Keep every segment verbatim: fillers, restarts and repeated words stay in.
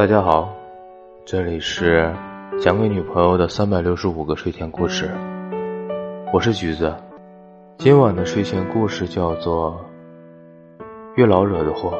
大家好，这里是讲给女朋友的三百六十五个睡前故事，我是橘子。今晚的睡前故事叫做月老惹的祸。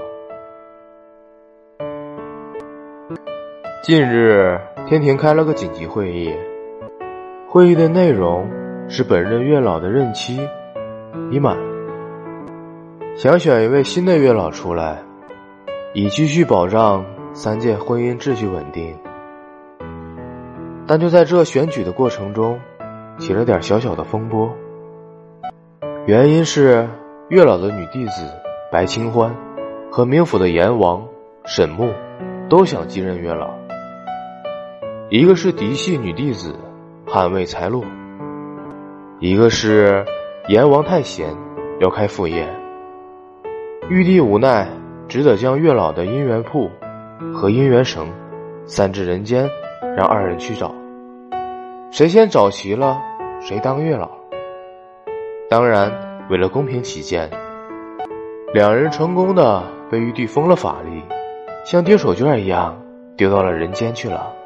近日天庭开了个紧急会议，会议的内容是本任月老的任期已满，想选一位新的月老出来，以继续保障三界婚姻秩序稳定。但就在这选举的过程中起了点小小的风波，原因是月老的女弟子白清欢和冥府的阎王沈木都想继任月老，一个是嫡系女弟子捍卫财路，一个是阎王太闲要开副业。玉帝无奈只得将月老的姻缘铺和姻缘绳散至人间，让二人去找，谁先找齐了谁当月老。当然为了公平起见，两人成功的被玉帝封了法力，像丢手绢一样丢到了人间去了。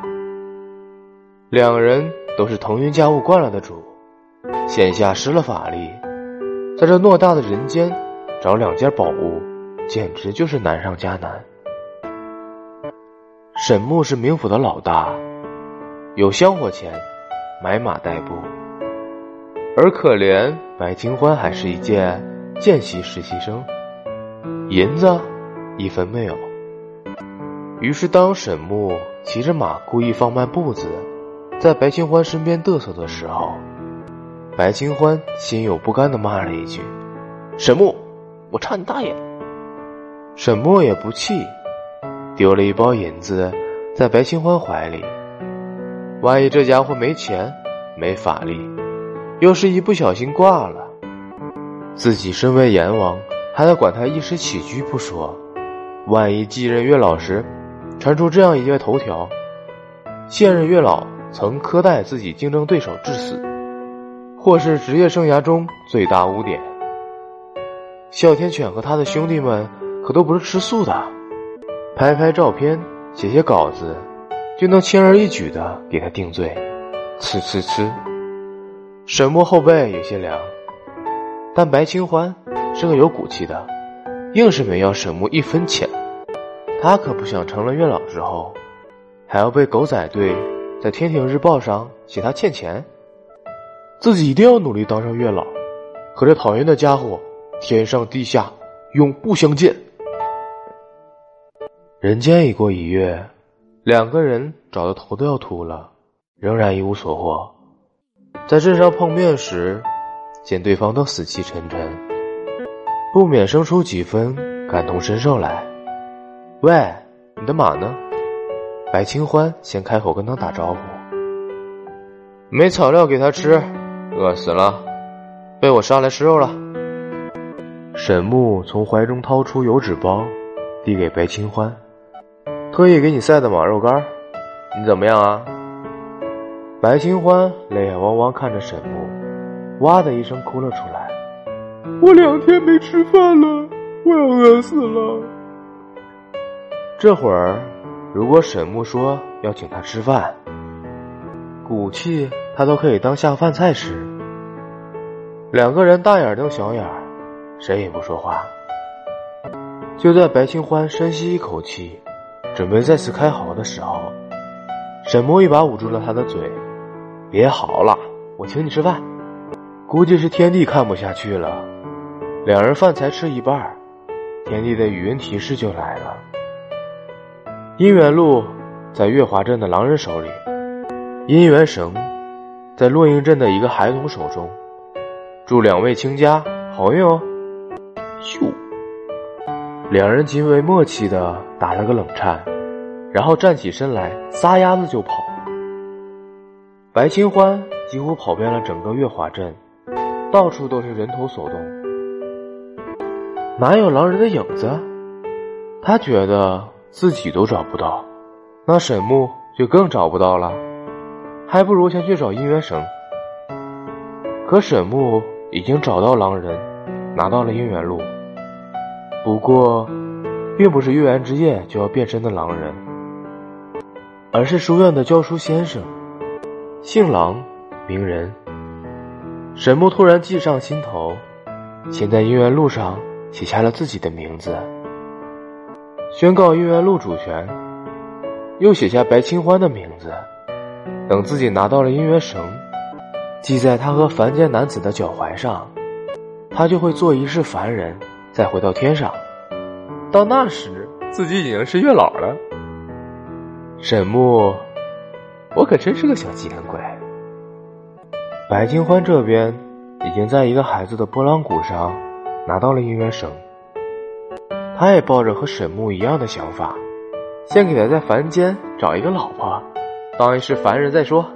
两人都是腾云驾雾惯了的主，现下失了法力，在这偌大的人间找两件宝物简直就是难上加难。沈木是冥府的老大，有香火钱买马代步，而可怜白清欢还是一介见习实习生，银子一分没有。于是当沈木骑着马故意放慢步子在白清欢身边嘚瑟的时候，白清欢心有不甘地骂了一句：沈木，我插你大爷！沈木也不气，丢了一包银子在白清欢怀里。万一这家伙没钱没法力，又是一不小心挂了，自己身为阎王还得管他衣食起居不说，万一继任月老时传出这样一个头条：现任月老曾苛待自己竞争对手致死，或是职业生涯中最大污点。哮天犬和他的兄弟们可都不是吃素的，拍拍照片写写稿子就能轻而易举地给他定罪。吃吃吃。沈木后背有些凉，但白清欢是个有骨气的，硬是没要沈木一分钱。他可不想成了月老之后还要被狗仔队在天庭日报上写他欠钱，自己一定要努力当上月老，和这讨厌的家伙天上地下永不相见。人间已过一月，两个人找得头都要秃了，仍然一无所获。在镇上碰面时，见对方都死气沉沉，不免生出几分感同身受来。喂，你的马呢？白清欢先开口跟他打招呼。没草料给他吃，饿死了，被我杀来吃肉了。沈木从怀中掏出油纸包递给白清欢，特意给你晒的马肉干，你怎么样啊？白清欢泪眼汪汪看着沈木，哇的一声哭了出来。我两天没吃饭了，我要饿死了。这会儿如果沈木说要请他吃饭，骨气他都可以当下饭菜吃。两个人大眼瞪小眼，谁也不说话。就在白清欢深吸一口气准备再次开嚎的时候，沈木一把捂住了他的嘴。别嚎了，我请你吃饭。估计是天帝看不下去了，两人饭才吃一半，天帝的语音提示就来了。姻缘路在月华镇的狼人手里，姻缘绳在洛英镇的一个孩童手中，祝两位亲家好运哦。咻，两人极为默契地打了个冷颤，然后站起身来撒丫子就跑。白清欢几乎跑遍了整个月华镇，到处都是人头所动，哪有狼人的影子？他觉得自己都找不到，那沈木就更找不到了，还不如先去找姻缘绳。可沈木已经找到狼人，拿到了姻缘路，不过并不是月圆之夜就要变身的狼人， 而是书院的教书先生，姓郎名人。沈木突然计上心头，先在姻缘录上写下了自己的名字，宣告姻缘录主权，又写下白清欢的名字。等自己拿到了姻缘绳，系在他和凡间男子的脚踝上，他就会做一世凡人，再回到天上。到那时，自己已经是月老了。沈木，我可真是个小机灵鬼。白清欢这边已经在一个孩子的拨浪鼓上拿到了姻缘绳，他也抱着和沈木一样的想法，先给他在凡间找一个老婆，当一世凡人再说。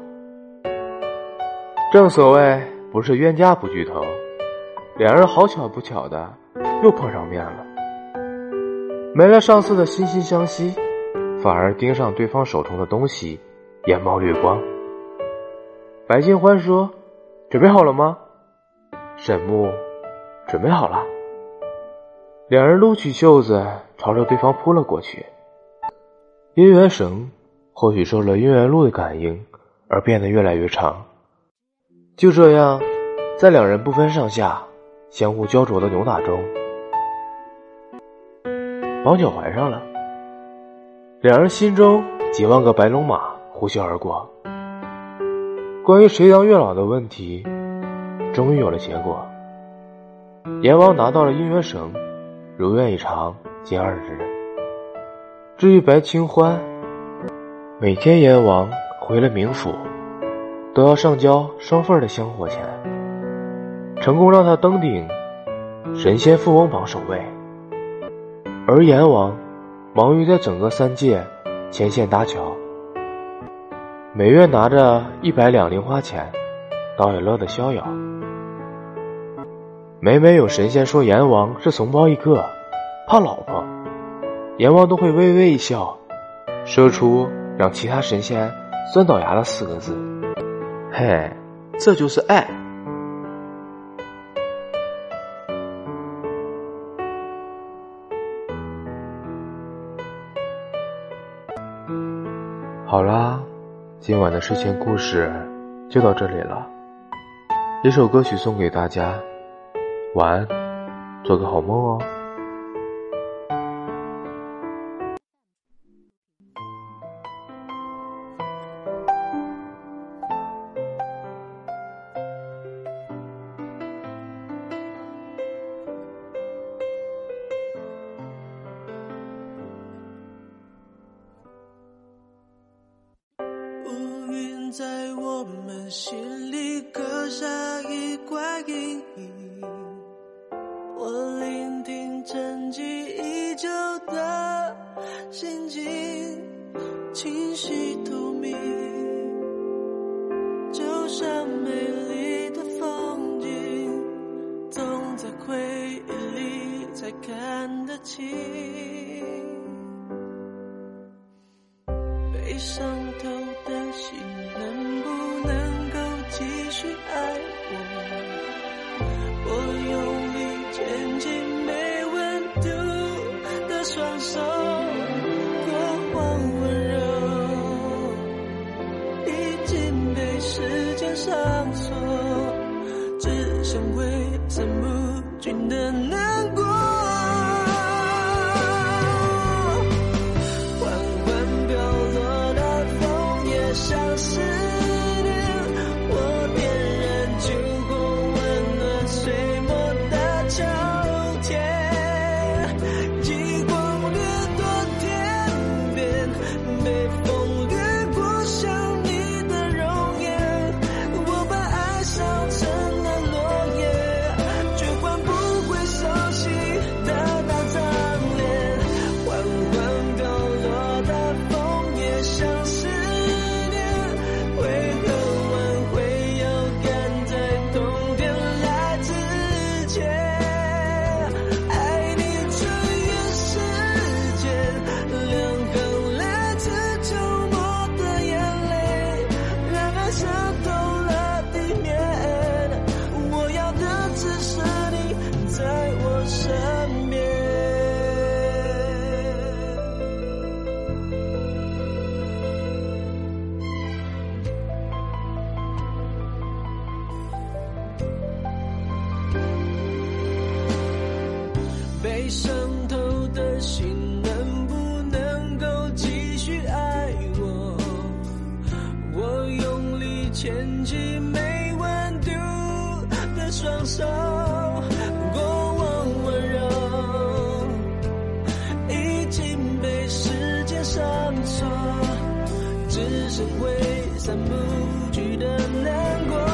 正所谓不是冤家不聚头，两人好巧不巧的又碰上面了。没了上次的惺惺相惜，反而盯上对方手中的东西，眼冒绿光。白清欢说：“准备好了吗？”沈木：“准备好了。”两人撸起袖子朝着对方扑了过去。姻缘绳或许受了姻缘录的感应而变得越来越长，就这样在两人不分上下相互焦灼的扭打中绑脚踝上了。两人心中几万个白龙马呼啸而过，关于谁当月老的问题终于有了结果。阎王拿到了姻缘绳，如愿以偿仅二日。至于白清欢，每天阎王回了冥府都要上交双份的香火钱，成功让他登顶神仙富翁榜首位。而阎王忙于在整个三界牵线搭桥，每月拿着一百两零花钱，倒也乐得逍遥。每每有神仙说阎王是怂包一个，怕老婆，阎王都会微微一笑，说出让其他神仙酸倒牙的四个字：嘿，这就是爱。好啦，今晚的睡前故事就到这里了。一首歌曲送给大家，晚安，做个好梦哦。 在我们心里刻下一块阴影，我聆听沉寂已久的心境，清晰透明，就像美丽的风景，总在回忆里才看得清。被伤透的心能不能够继续爱我？我用力牵紧没温度的双手，过往温柔已经被时间上锁，只剩挥散不尽的难过。像思念，我点燃烛火，温暖碎末的秋天，极光掠过天边，被风掠过想你的容颜，我把爱烧成了落叶，却换不回被伤透的心能不能够继续爱我？我用力牵起没温度的双手，过往温柔已经被时间上错，只剩挥散不去的难过。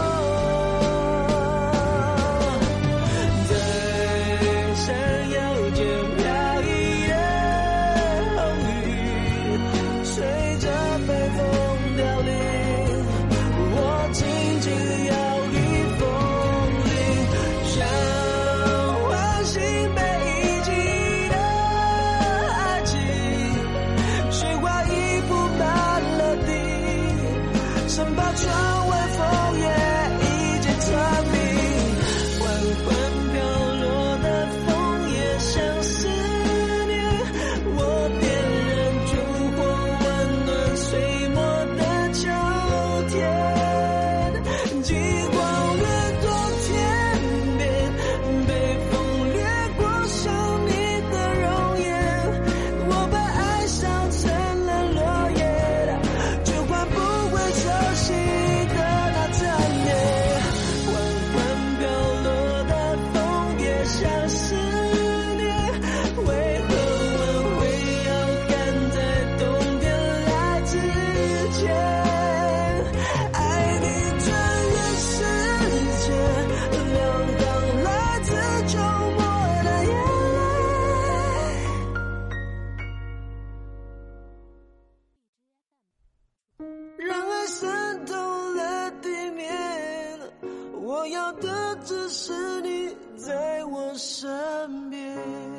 生怕窗外枫叶已经trans明，缓缓飘落的枫叶像思念，我点燃烛火温暖碎末的秋天。极光掠过天边，被风掠过想你的容颜，我把爱烧成了落叶，却换不回熟悉的那残念。缓缓飘落的枫叶像思念，为何我会要赶在冬天来之前爱你穿越世界，两行来自周末的眼泪，让爱渗透了地面，我要的只是你在我身边。